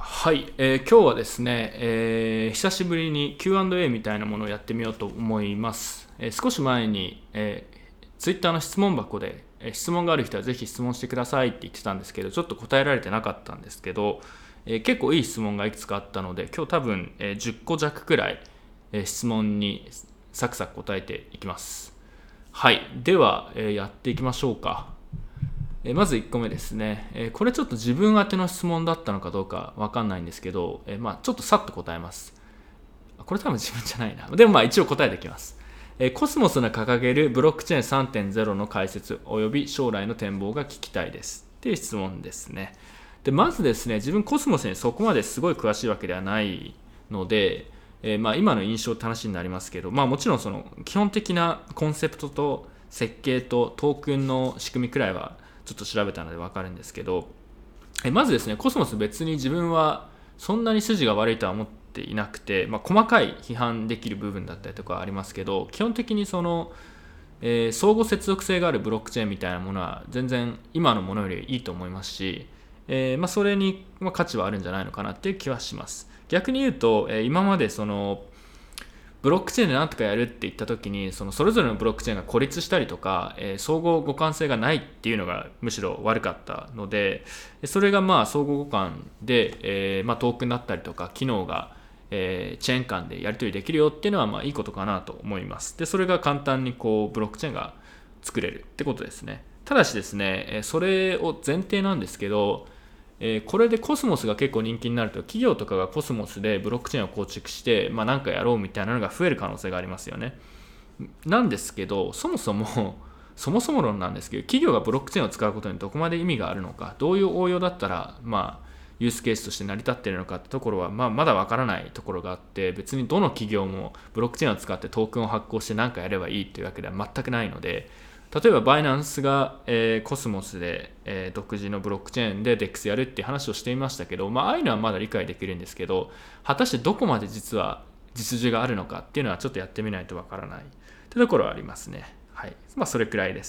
はい、今日はですね、久しぶりに Q&A みたいなものをやってみようと思います。少し前に、Twitter の質問箱で、質問がある人はぜひ質問してくださいって言ってたんですけど、ちょっと答えられてなかったんですけど、結構いい質問がいくつかあったので、今日多分、10個弱くらい、質問にサクサク答えていきます。はい、では、やっていきましょうか。まず1個目ですね。これちょっと自分宛ての質問だったのかどうかわかんないんですけど、ちょっとさっと答えます。これ多分自分じゃないな。でも一応答えていきます。コスモスが掲げるブロックチェーン 3.0 の解説及び将来の展望が聞きたいですっていう質問ですね。でまずですね、自分コスモスにそこまですごい詳しいわけではないので、今の印象って話になりますけど、もちろんその基本的なコンセプトと設計とトークンの仕組みくらいはちょっと調べたので分かるんですけど、まずですね、コスモス別に自分はそんなに筋が悪いとは思っていなくて、細かい批判できる部分だったりとかありますけど、基本的にその、相互接続性があるブロックチェーンみたいなものは全然今のものよりいいと思いますし、それに価値はあるんじゃないのかなっていう気はします。逆に言うと、今までそのブロックチェーンで何とかやるって言った時にそれぞれのブロックチェーンが孤立したりとか、相互互換性がないっていうのがむしろ悪かったので、それが相互互換で、トークンだったりとか機能が、チェーン間でやり取りできるよっていうのはいいことかなと思います。でそれが簡単にブロックチェーンが作れるってことですね。ただしですね、それを前提なんですけど、これでコスモスが結構人気になると企業とかがコスモスでブロックチェーンを構築して、なんかやろうみたいなのが増える可能性がありますよね。なんですけどそもそも論なんですけど、企業がブロックチェーンを使うことにどこまで意味があるのか、どういう応用だったらユースケースとして成り立っているのかってところは、まだわからないところがあって、別にどの企業もブロックチェーンを使ってトークンを発行して何かやればいいというわけでは全くないので、例えばバイナンスが、コスモスで、独自のブロックチェーンで DEX やるっていう話をしていましたけど、ああいうのはまだ理解できるんですけど、果たしてどこまで実は実需があるのかっていうのはちょっとやってみないとわからないってところはありますね。はい。それくらいです。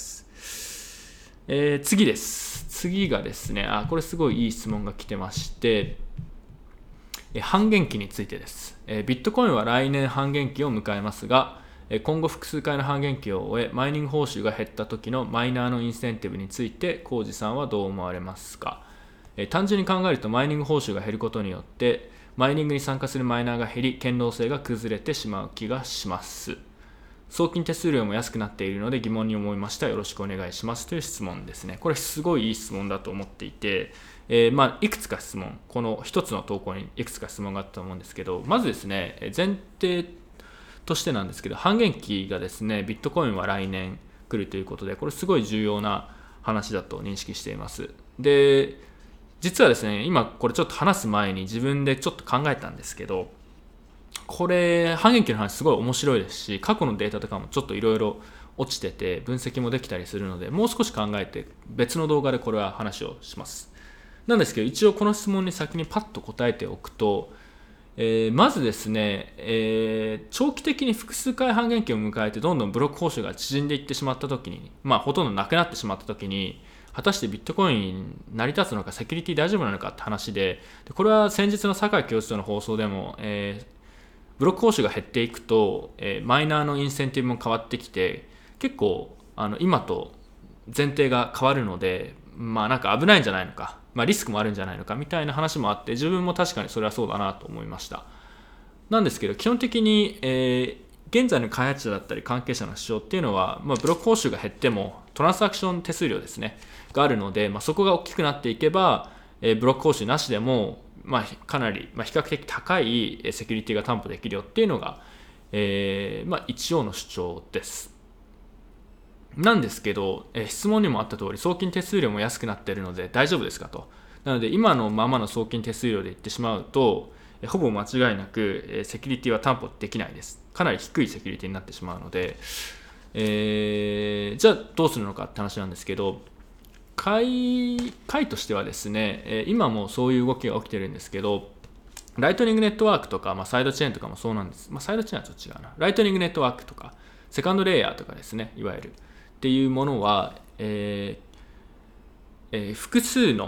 次です。次がですね、これすごいいい質問が来てまして、半減期についてです。ビットコインは来年半減期を迎えますが、今後複数回の半減期を終えマイニング報酬が減った時のマイナーのインセンティブについて浩二さんはどう思われますか。単純に考えるとマイニング報酬が減ることによってマイニングに参加するマイナーが減り堅牢性が崩れてしまう気がします。送金手数料も安くなっているので疑問に思いました。よろしくお願いしますという質問ですね。これすごいいい質問だと思っていて、いくつか質問、この一つの投稿にいくつか質問があったと思うんですけど、まずですね、前提としてなんですけど、半減期がですね、ビットコインは来年来るということで、これすごい重要な話だと認識しています。で、実はですね、今これちょっと話す前に自分でちょっと考えたんですけど、これ半減期の話すごい面白いですし、過去のデータとかもちょっといろいろ落ちてて分析もできたりするので、もう少し考えて別の動画でこれは話をします。なんですけど、一応この質問に先にパッと答えておくと、まずですね、長期的に複数回半減期を迎えてどんどんブロック報酬が縮んでいってしまったときに、ほとんどなくなってしまったときに、果たしてビットコイン成り立つのか、セキュリティ大丈夫なのかって話で、これは先日の酒井教授との放送でも、ブロック報酬が減っていくと、マイナーのインセンティブも変わってきて、結構今と前提が変わるので、なんか危ないんじゃないのか、リスクもあるんじゃないのかみたいな話もあって、自分も確かにそれはそうだなと思いました。なんですけど、基本的に、現在の開発者だったり関係者の主張っていうのは、ブロック報酬が減ってもトランサクション手数料ですねがあるので、そこが大きくなっていけば、ブロック報酬なしでも、かなり、比較的高いセキュリティが担保できるよっていうのが、一応の主張です。なんですけど、質問にもあった通り送金手数料も安くなっているので大丈夫ですかと。なので今のままの送金手数料で言ってしまうと、ほぼ間違いなくセキュリティは担保できないです。かなり低いセキュリティになってしまうので、じゃあどうするのかって話なんですけど、会としてはですね、今もそういう動きが起きてるんですけど、ライトニングネットワークとか、サイドチェーンとかもそうなんです。サイドチェーンはちょっと違うな。ライトニングネットワークとか、セカンドレイヤーとかですね、いわゆる。っていうものは、複数の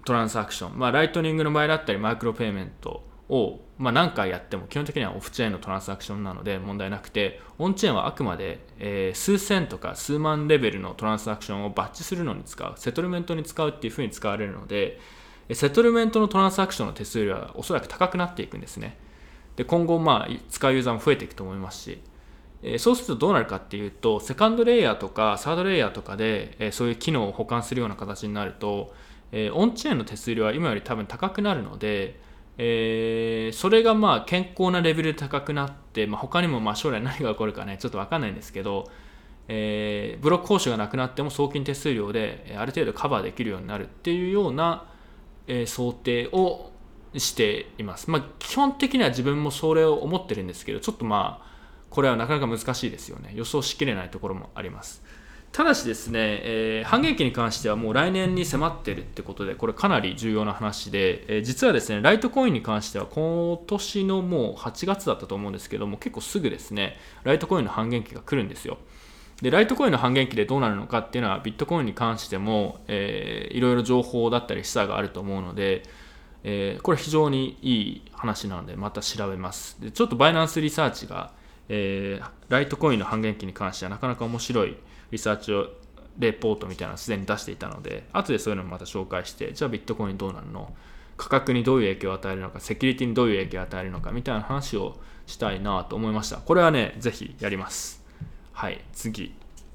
トランサクション、ライトニングの場合だったりマイクロペイメントを、何回やっても基本的にはオフチェーンのトランサクションなので問題なくて、オンチェーンはあくまで、数千とか数万レベルのトランサクションをバッチするのに使う、セトルメントに使うっていう風に使われるので、セトルメントのトランサクションの手数料はおそらく高くなっていくんですね。で今後使うユーザーも増えていくと思いますし、そうするとどうなるかっていうと、セカンドレイヤーとかサードレイヤーとかで、そういう機能を保管するような形になると、オンチェーンの手数料は今より多分高くなるので、それが健康なレベルで高くなって、他にも将来何が起こるかねちょっと分かんないんですけど、ブロック報酬がなくなっても送金手数料である程度カバーできるようになるっていうような、想定をしています。基本的には自分もそれを思ってるんですけど、ちょっとこれはなかなか難しいですよね。予想しきれないところもあります。ただしですね、半減期に関してはもう来年に迫っているってことで、これかなり重要な話で、実はですね、ライトコインに関しては今年のもう8月だったと思うんですけども、結構すぐですね、ライトコインの半減期が来るんですよ。で、ライトコインの半減期でどうなるのかっていうのは、ビットコインに関しても、いろいろ情報だったり示唆があると思うので、これ非常にいい話なので、また調べます。でちょっとバイナンスリサーチが、ライトコインの半減期に関してはなかなか面白いリサーチをレポートみたいなのをすでに出していたので、後でそういうのもまた紹介して、じゃあビットコインどうなるの、価格にどういう影響を与えるのか、セキュリティにどういう影響を与えるのかみたいな話をしたいなと思いました。これはね、ぜひやります。はい、次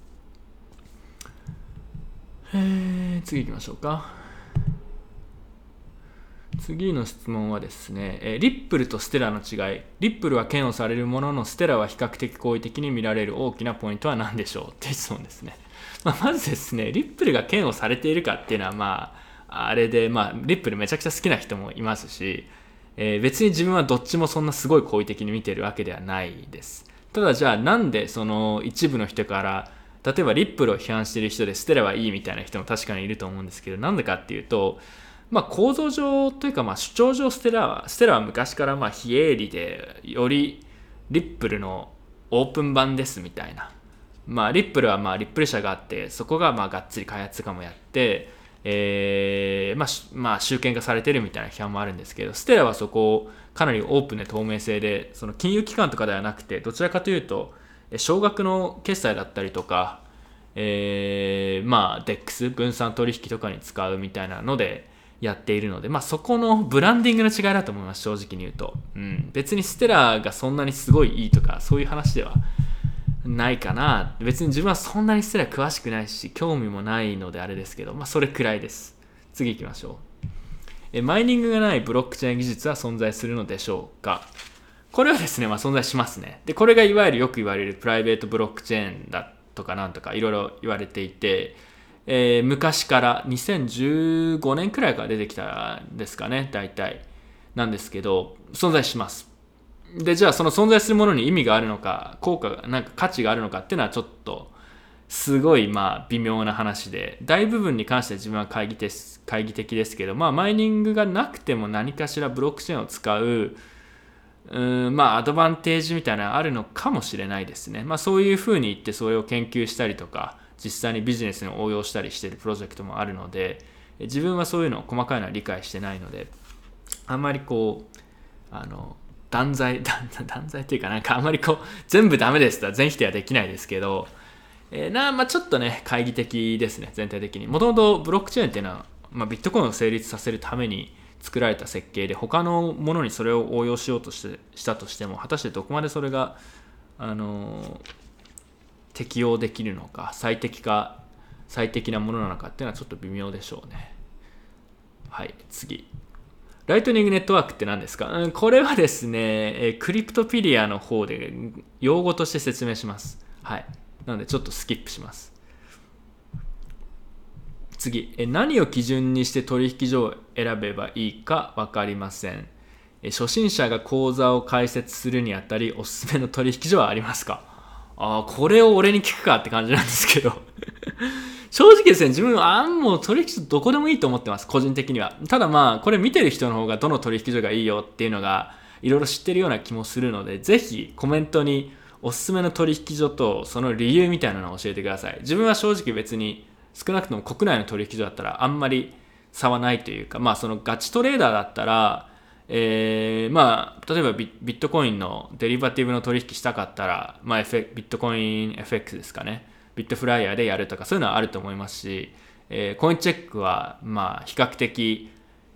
行きましょうか。次の質問はですね、リップルとステラの違い、リップルは嫌悪されるもののステラは比較的好意的に見られる大きなポイントは何でしょうっていう質問ですね。まずですね、リップルが嫌悪されているかっていうのはあれで、リップルめちゃくちゃ好きな人もいますし、別に自分はどっちもそんなすごい好意的に見てるわけではないです。ただじゃあなんでその一部の人から、例えばリップルを批判している人でステラはいいみたいな人も確かにいると思うんですけど、なんでかっていうと、構造上というか主張上ステラは昔から非営利でよりリップルのオープン版ですみたいな、リップルはリップル社があって、そこががっつり開発とかもやって、集権化されてるみたいな批判もあるんですけど、ステラはそこをかなりオープンで透明性で、その金融機関とかではなくて、どちらかというと少額の決済だったりとか、DEX 分散取引とかに使うみたいなのでやっているので、そこのブランディングの違いだと思います、正直に言うと。別にステラがそんなにすごいいいとかそういう話ではないかな。別に自分はそんなにステラ詳しくないし興味もないのであれですけど、それくらいです。次行きましょう。マイニングがないブロックチェーン技術は存在するのでしょうか。これはですね、存在しますね。でこれがいわゆるよく言われるプライベートブロックチェーンだとかなんとかいろいろ言われていて、昔から2015年くらいから出てきたんですかね、大体なんですけど、存在します。でじゃあその存在するものに意味があるのか、効果が価値があるのかっていうのはちょっとすごい微妙な話で、大部分に関しては自分は懐疑的ですけど、マイニングがなくても何かしらブロックチェーンを使うアドバンテージみたいなのあるのかもしれないですね。そういうふうに言ってそれを研究したりとか実際にビジネスに応用したりしているプロジェクトもあるので、自分はそういうのを細かいのは理解してないので、あんまり断罪っていうかあんまり全部ダメですとは全否定はできないですけど、ちょっとね懐疑的ですね、全体的に。もともとブロックチェーンっていうのは、ビットコインを成立させるために作られた設計で、他のものにそれを応用しようとしたとしても、果たしてどこまでそれが適用できるのか、最適なものなのかっていうのはちょっと微妙でしょうね。はい、次。ライトニングネットワークって何ですか？これはですね、クリプトピディアの方で用語として説明します。はい。なのでちょっとスキップします。次、何を基準にして取引所を選べばいいか分かりません。初心者が口座を開設するにあたりおすすめの取引所はありますか？これを俺に聞くかって感じなんですけど正直ですね、自分はもう取引所どこでもいいと思ってます、個人的には。ただこれ見てる人の方がどの取引所がいいよっていうのがいろいろ知ってるような気もするので、ぜひコメントにおすすめの取引所とその理由みたいなのを教えてください。自分は正直別に少なくとも国内の取引所だったらあんまり差はないというか、そのガチトレーダーだったら、例えばビットコインのデリバティブの取引したかったら、ビットコイン FX ですかね、ビットフライヤーでやるとかそういうのはあると思いますし、コインチェックは比較的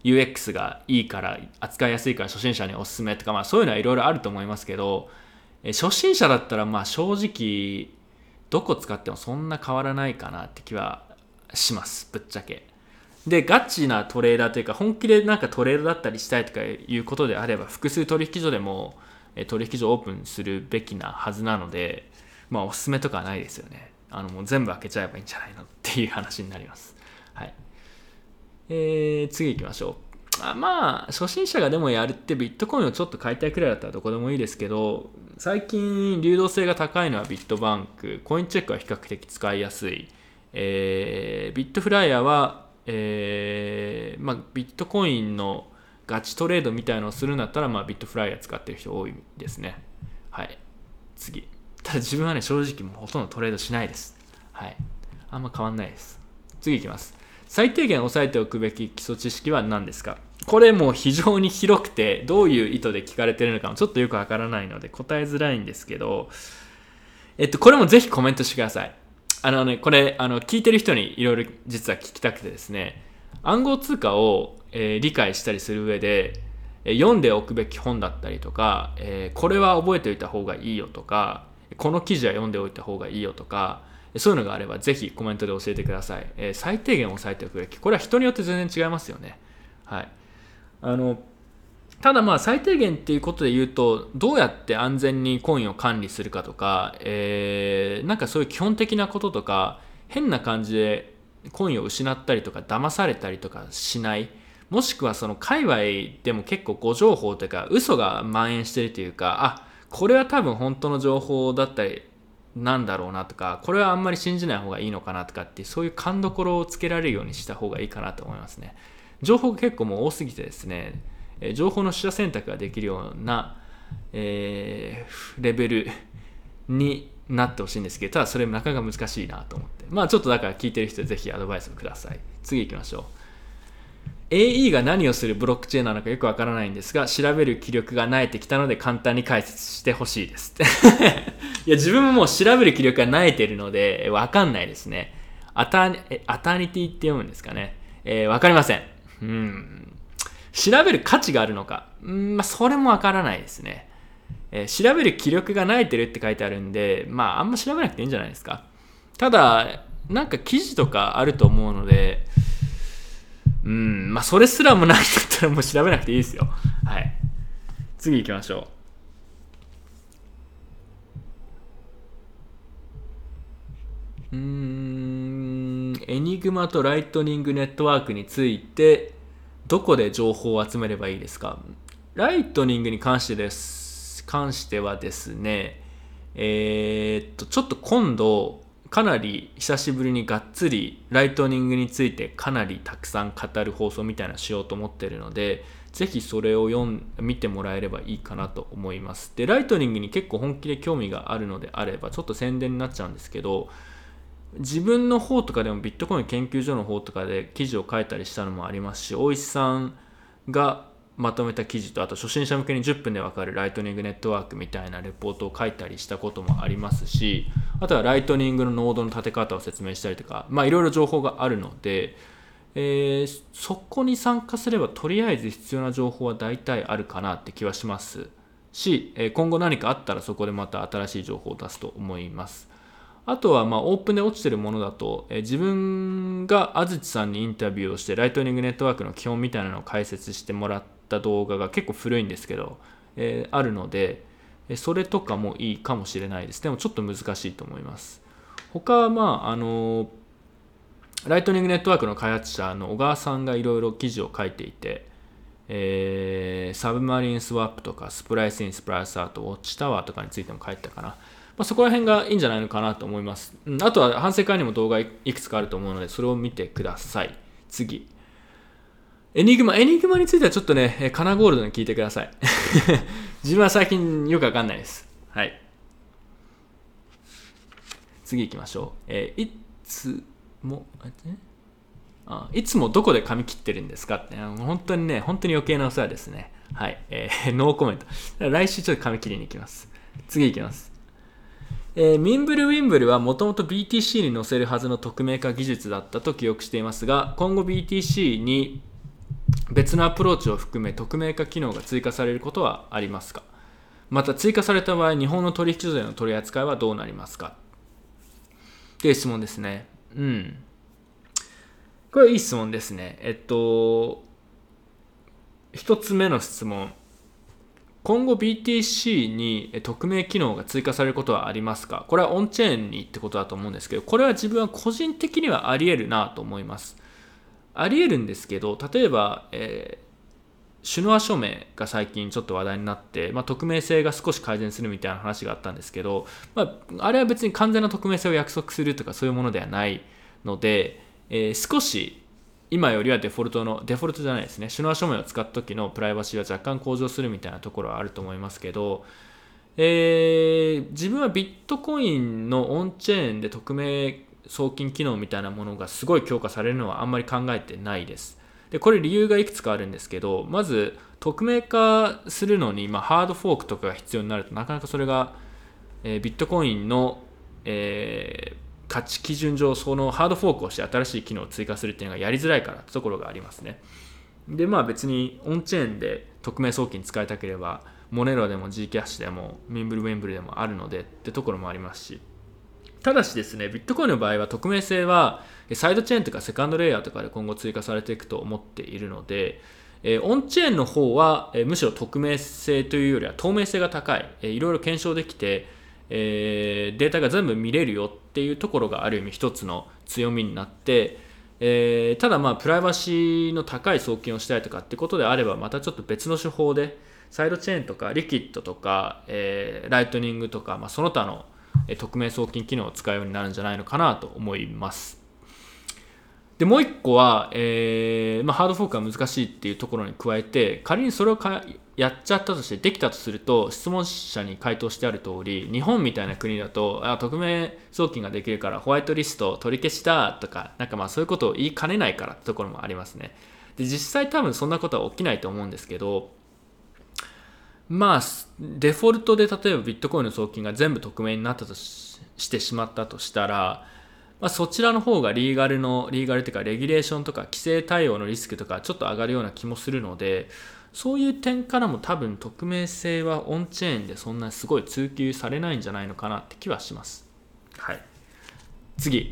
UX がいいから扱いやすいから初心者におすすめとか、そういうのはいろいろあると思いますけど、初心者だったら正直どこ使ってもそんな変わらないかなって気はします、ぶっちゃけ。で、ガチなトレーダーというか本気でトレードだったりしたいとかいうことであれば、複数取引所でも取引所オープンするべきなはずなので、おすすめとかはないですよね。もう全部開けちゃえばいいんじゃないのっていう話になります。はい。次行きましょう。初心者がでもやるってビットコインをちょっと買いたいくらいだったらどこでもいいですけど、最近流動性が高いのはビットバンク、コインチェックは比較的使いやすい、ビットフライヤーは、ビットコインのガチトレードみたいなのをするんだったら、ビットフライヤー使ってる人多いですね。はい。次。ただ自分はね、正直もうほとんどトレードしないです。はい。あんま変わんないです。次いきます。最低限押さえておくべき基礎知識は何ですか？これも非常に広くて、どういう意図で聞かれてるのかもちょっとよくわからないので答えづらいんですけど、これもぜひコメントしてください。これ、聞いてる人にいろいろ実は聞きたくてですね、暗号通貨を、理解したりする上で、読んでおくべき本だったりとか、これは覚えておいた方がいいよとか、この記事は読んでおいた方がいいよとか、そういうのがあればぜひコメントで教えてください。最低限押さえておくべき。これは人によって全然違いますよね。はい。ただ最低限っていうことで言うと、どうやって安全にコインを管理するかとか、そういう基本的なこととか、変な感じでコインを失ったりとか騙されたりとかしない、もしくはその界隈でも結構誤情報というか嘘が蔓延しているというか、これは多分本当の情報だったりなんだろうなとか、これはあんまり信じない方がいいのかなとかっていう、そういう勘どころをつけられるようにした方がいいかなと思いますね。情報が結構もう多すぎてですね、情報の取捨選択ができるような、レベルになってほしいんですけど、ただそれなかなか難しいなと思って、ちょっとだから聞いてる人ぜひアドバイスをください。次行きましょう。AE が何をするブロックチェーンなのかよくわからないんですが、調べる気力が慣れてきたので簡単に解説してほしいですいや、自分ももう調べる気力が慣れているのでわかんないですね。アターニティって読むんですかね。わかりません。調べる価値があるのか、それもわからないですね。調べる気力が慣れてるって書いてあるんで、あんま調べなくていいんじゃないですか。ただ記事とかあると思うので、それすらもないんだったらもう調べなくていいですよ。はい。次行きましょう。エニグマとライトニングネットワークについてどこで情報を集めればいいですか？ライトニングに関してはですね、ちょっと今度かなり久しぶりにがっつりライトニングについてかなりたくさん語る放送みたいなのしようと思っているので、ぜひそれを見てもらえればいいかなと思います。で、ライトニングに結構本気で興味があるのであれば、ちょっと宣伝になっちゃうんですけど、自分の方とかでもビットコイン研究所の方とかで記事を書いたりしたのもありますし、大石さんがまとめた記事と、あと初心者向けに10分でわかるライトニングネットワークみたいなレポートを書いたりしたこともありますし、あとはライトニングのノードの立て方を説明したりとか、いろいろ情報があるので、そこに参加すればとりあえず必要な情報は大体あるかなって気はしますし、今後何かあったらそこでまた新しい情報を出すと思います。あとはオープンで落ちてるものだと、自分が安土さんにインタビューをしてライトニングネットワークの基本みたいなのを解説してもらった動画が結構古いんですけど、あるので、それとかもいいかもしれないです。でもちょっと難しいと思います。他はライトニングネットワークの開発者の小川さんがいろいろ記事を書いていて、サブマリンスワップとかスプライスインスプライスアウトウォッチタワーとかについても書いてたかな。そこら辺がいいんじゃないのかなと思います。あとは反省会にも動画いくつかあると思うので、それを見てください。次。エニグマについてはちょっとね、カナゴールドに聞いてください。自分は最近よくわかんないです。はい。次行きましょう。いつも、 いつもどこで髪切ってるんですかって、本当に余計なお世話ですね。はい。ノーコメント。来週ちょっと髪切りに行きます。次行きます。ミンブルウィンブルはもともと BTC に載せるはずの匿名化技術だったと記憶していますが、今後 BTC に別のアプローチを含め匿名化機能が追加されることはありますか？また追加された場合、日本の取引所での取り扱いはどうなりますか？という質問ですね。これいい質問ですね。一つ目の質問。今後 BTC に匿名機能が追加されることはありますか？これはオンチェーンにってことだと思うんですけど、これは自分は個人的にはあり得るなと思います。あり得るんですけど、例えば、シュノア署名が最近ちょっと話題になって、匿名性が少し改善するみたいな話があったんですけど、あれは別に完全な匿名性を約束するとかそういうものではないので、少し今よりはデフォルトじゃないですね、シュノア署名を使った時のプライバシーは若干向上するみたいなところはあると思いますけど、自分はビットコインのオンチェーンで匿名送金機能みたいなものがすごい強化されるのはあんまり考えてないです。でこれ理由がいくつかあるんですけど、まず匿名化するのに、ハードフォークとかが必要になるとなかなかそれが、ビットコインの、価値基準上そのハードフォークをして新しい機能を追加するっていうのがやりづらいからってところがありますね。で別にオンチェーンで匿名送金使いたければモネロでも G キャッシュでもミンブルウェンブルでもあるのでってところもありますし、ただしですね、ビットコインの場合は匿名性はサイドチェーンとかセカンドレイヤーとかで今後追加されていくと思っているので、オンチェーンの方はむしろ匿名性というよりは透明性が高い、いろいろ検証できて、データが全部見れるよっていうところがある意味一つの強みになって、ただプライバシーの高い送金をしたいとかってことであればまたちょっと別の手法でサイドチェーンとかリキッドとか、ライトニングとか、その他の匿名送金機能を使うようになるんじゃないのかなと思います。でもう一個は、ハードフォークが難しいっていうところに加えて、仮にそれをやっちゃったとしてできたとすると、質問者に回答してある通り、日本みたいな国だと匿名送金ができるからホワイトリスト取り消したとか、そういうことを言いかねないからってところもありますね。で実際多分そんなことは起きないと思うんですけど、デフォルトで例えばビットコインの送金が全部匿名になったとしてしまったとしたら、そちらの方がリーガルというかレギュレーションとか規制対応のリスクとかちょっと上がるような気もするので、そういう点からも多分匿名性はオンチェーンでそんなすごい追求されないんじゃないのかなって気はします。はい。次。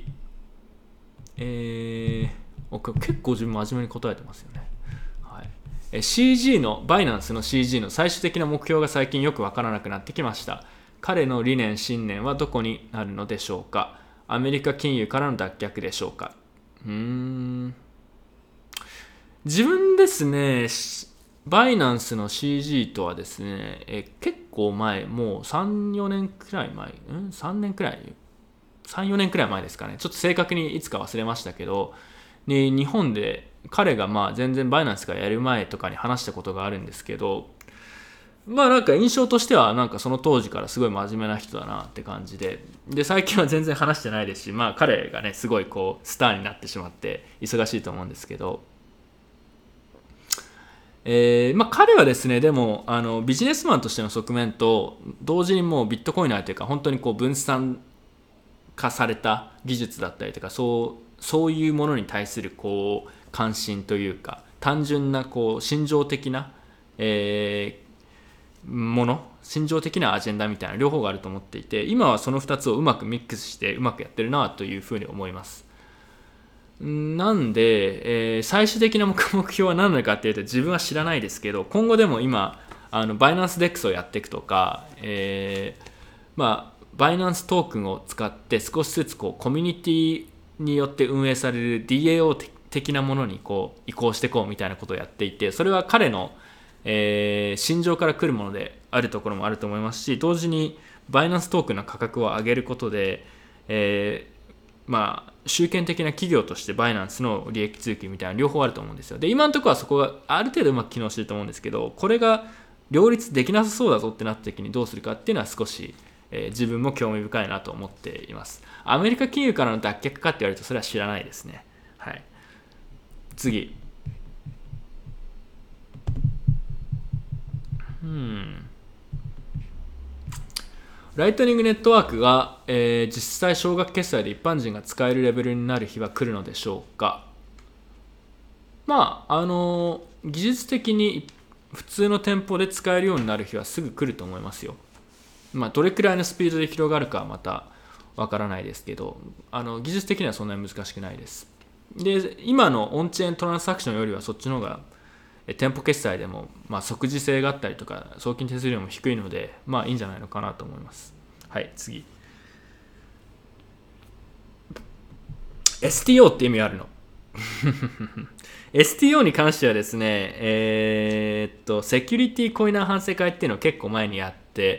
結構自分真面目に答えてますよね。CG のバイナンスの CG の最終的な目標が最近よくわからなくなってきました。彼の理念信念はどこになるのでしょうか？アメリカ金融からの脱却でしょうか？自分ですね、バイナンスの CG とはですね、結構前、もう3、4年くらい前、3年くらい、3、4年くらい前ですかね。ちょっと正確にいつか忘れましたけど、日本で彼が全然バイナンスがやる前とかに話したことがあるんですけど、印象としてはその当時からすごい真面目な人だなって感じで、最近は全然話してないですし、彼がねすごいスターになってしまって忙しいと思うんですけど、彼はですね、でもビジネスマンとしての側面と同時にもうビットコイナーというか本当に分散化された技術だったりとか、そういうものに対する関心というか、単純な心情的な、心情的なアジェンダみたいな両方があると思っていて、今はその2つをうまくミックスしてうまくやってるなというふうに思います。なんで、最終的な目標は何なのかっていうと自分は知らないですけど、今後でも今バイナンスデックスをやっていくとか、バイナンストークンを使って少しずつコミュニティによって運営される DAO 的なものに移行していこうみたいなことをやっていて、それは彼の、心情から来るものであるところもあると思いますし、同時にバイナンストークンの価格を上げることで、集権的な企業としてバイナンスの利益追求みたいな両方あると思うんですよ。で今のところはそこがある程度うまく機能してると思うんですけど、これが両立できなさそうだぞってなった時にどうするかっていうのは少し自分も興味深いなと思っています。アメリカ金融からの脱却かって言われるとそれは知らないですね。はい。 次。ライトニングネットワークが、実際少額決済で一般人が使えるレベルになる日は来るのでしょうか。技術的に普通の店舗で使えるようになる日はすぐ来ると思いますよ。どれくらいのスピードで広がるかはまたわからないですけど、技術的にはそんなに難しくないです。で、今のオンチェーントランサクションよりはそっちの方が店舗決済でも即時性があったりとか送金手数料も低いのでいいんじゃないのかなと思います。はい、次。 STO って意味あるのSTO に関してはですね、セキュリティコイナー反省会っていうのを結構前にやって、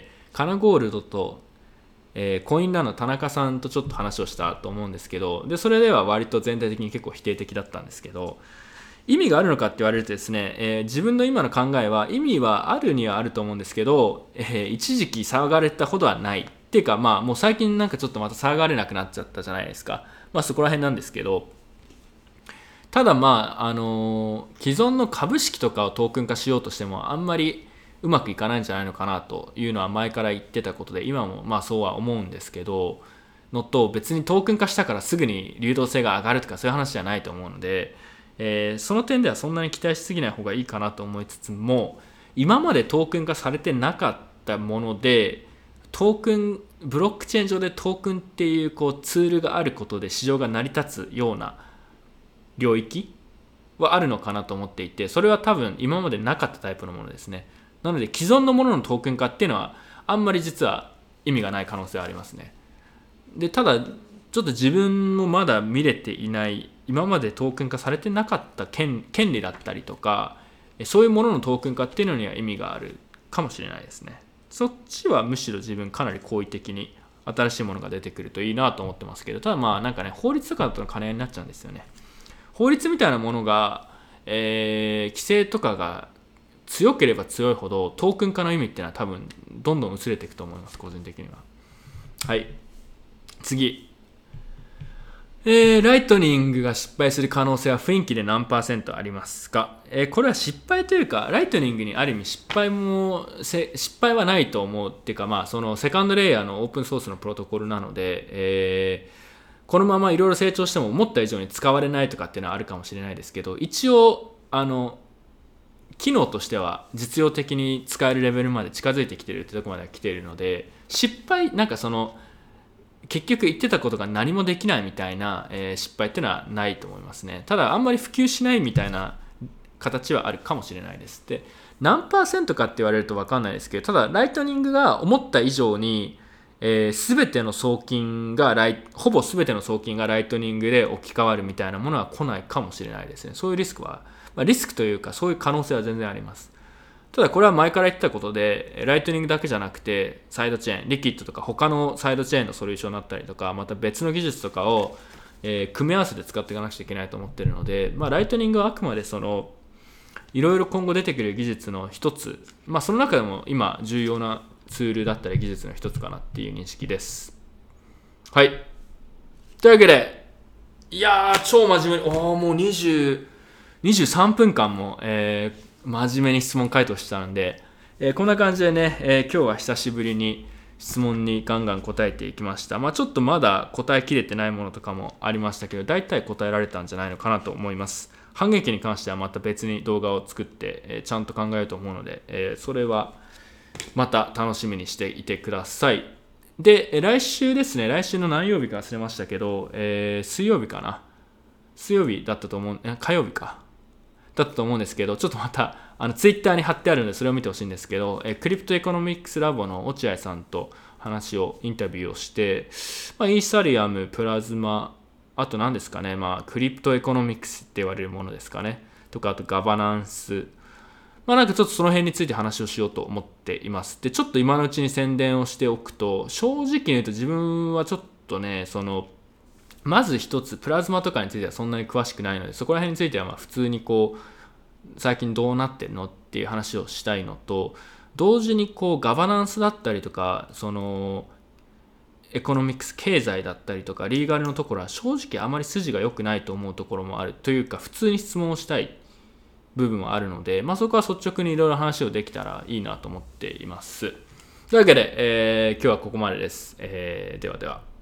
カナゴールドと、コインランの田中さんとちょっと話をしたと思うんですけど、でそれでは割と全体的に結構否定的だったんですけど、意味があるのかって言われるとですね、自分の今の考えは意味はあるにはあると思うんですけど、一時期騒がれたほどはないっていうか、もう最近なんかちょっとまた騒がれなくなっちゃったじゃないですか。そこら辺なんですけど、ただ既存の株式とかをトークン化しようとしてもあんまりうまくいかないんじゃないのかなというのは前から言ってたことで、今もそうは思うんですけど、別にトークン化したからすぐに流動性が上がるとかそういう話じゃないと思うので、その点ではそんなに期待しすぎない方がいいかなと思いつつも、今までトークン化されてなかったものでブロックチェーン上でトークンっていうツールがあることで市場が成り立つような領域はあるのかなと思っていて、それは多分今までなかったタイプのものですね。なので既存のもののトークン化っていうのはあんまり実は意味がない可能性はありますね。でただちょっと自分もまだ見れていない今までトークン化されてなかった権利だったりとか、そういうもののトークン化っていうのには意味があるかもしれないですね。そっちはむしろ自分かなり好意的に新しいものが出てくるといいなと思ってますけど、ただなんかね、法律とかだとの兼ね合いになっちゃうんですよね。法律みたいなものが、規制とかが強ければ強いほどトークン化の意味っていうのは多分どんどん薄れていくと思います、個人的には。はい、次。ライトニングが失敗する可能性は雰囲気で何%ありますか。これは失敗というか、ライトニングにある意味失敗はないと思うっていうか、そのセカンドレイヤーのオープンソースのプロトコルなので、このままいろいろ成長しても思った以上に使われないとかっていうのはあるかもしれないですけど、一応機能としては実用的に使えるレベルまで近づいてきてるってとこまでは来ているので、失敗結局言ってたことが何もできないみたいな、失敗っていうのはないと思いますね。ただあんまり普及しないみたいな形はあるかもしれないです。で何%かって言われると分かんないですけど、ただライトニングが思った以上に、ほぼ全ての送金がライトニングで置き換わるみたいなものは来ないかもしれないですね。そういうリスクは、リスクというかそういう可能性は全然あります。ただこれは前から言ってたことで、ライトニングだけじゃなくてサイドチェーン、リキッドとか他のサイドチェーンのソリューションだったりとか、また別の技術とかを、組み合わせて使っていかなくちゃいけないと思っているので、ライトニングはあくまでいろいろ今後出てくる技術の一つ、その中でも今重要なツールだったり技術の一つかなっていう認識です。はい、というわけで、いやー超真面目にもう23分間も、真面目に質問回答したので、こんな感じでね、今日は久しぶりに質問にガンガン答えていきました。ちょっとまだ答えきれてないものとかもありましたけど、大体答えられたんじゃないのかなと思います。半減期に関してはまた別に動画を作って、ちゃんと考えようと思うので、それはまた楽しみにしていてください。で、来週ですね、来週の何曜日か忘れましたけど、水曜日かな、水曜日だったと思う、火曜日かだったと思うんですけど、ちょっとまたツイッターに貼ってあるのでそれを見てほしいんですけど、クリプトエコノミクスラボの落合さんとインタビューをして、イーサリアム、プラズマ、あと何ですかね、クリプトエコノミクスって言われるものですかね、とか、あとガバナンス、なんかちょっとその辺について話をしようと思っています。で、ちょっと今のうちに宣伝をしておくと、正直に言うと自分はちょっとね、まず一つ、プラズマとかについてはそんなに詳しくないので、そこら辺については普通に最近どうなってんのっていう話をしたいのと、同時にガバナンスだったりとか、 エコノミクス経済だったりとかリーガルのところは正直あまり筋が良くないと思うところもあるというか、普通に質問をしたい部分はあるので、そこは率直にいろいろ話をできたらいいなと思っています。というわけで、今日はここまでです。ではでは。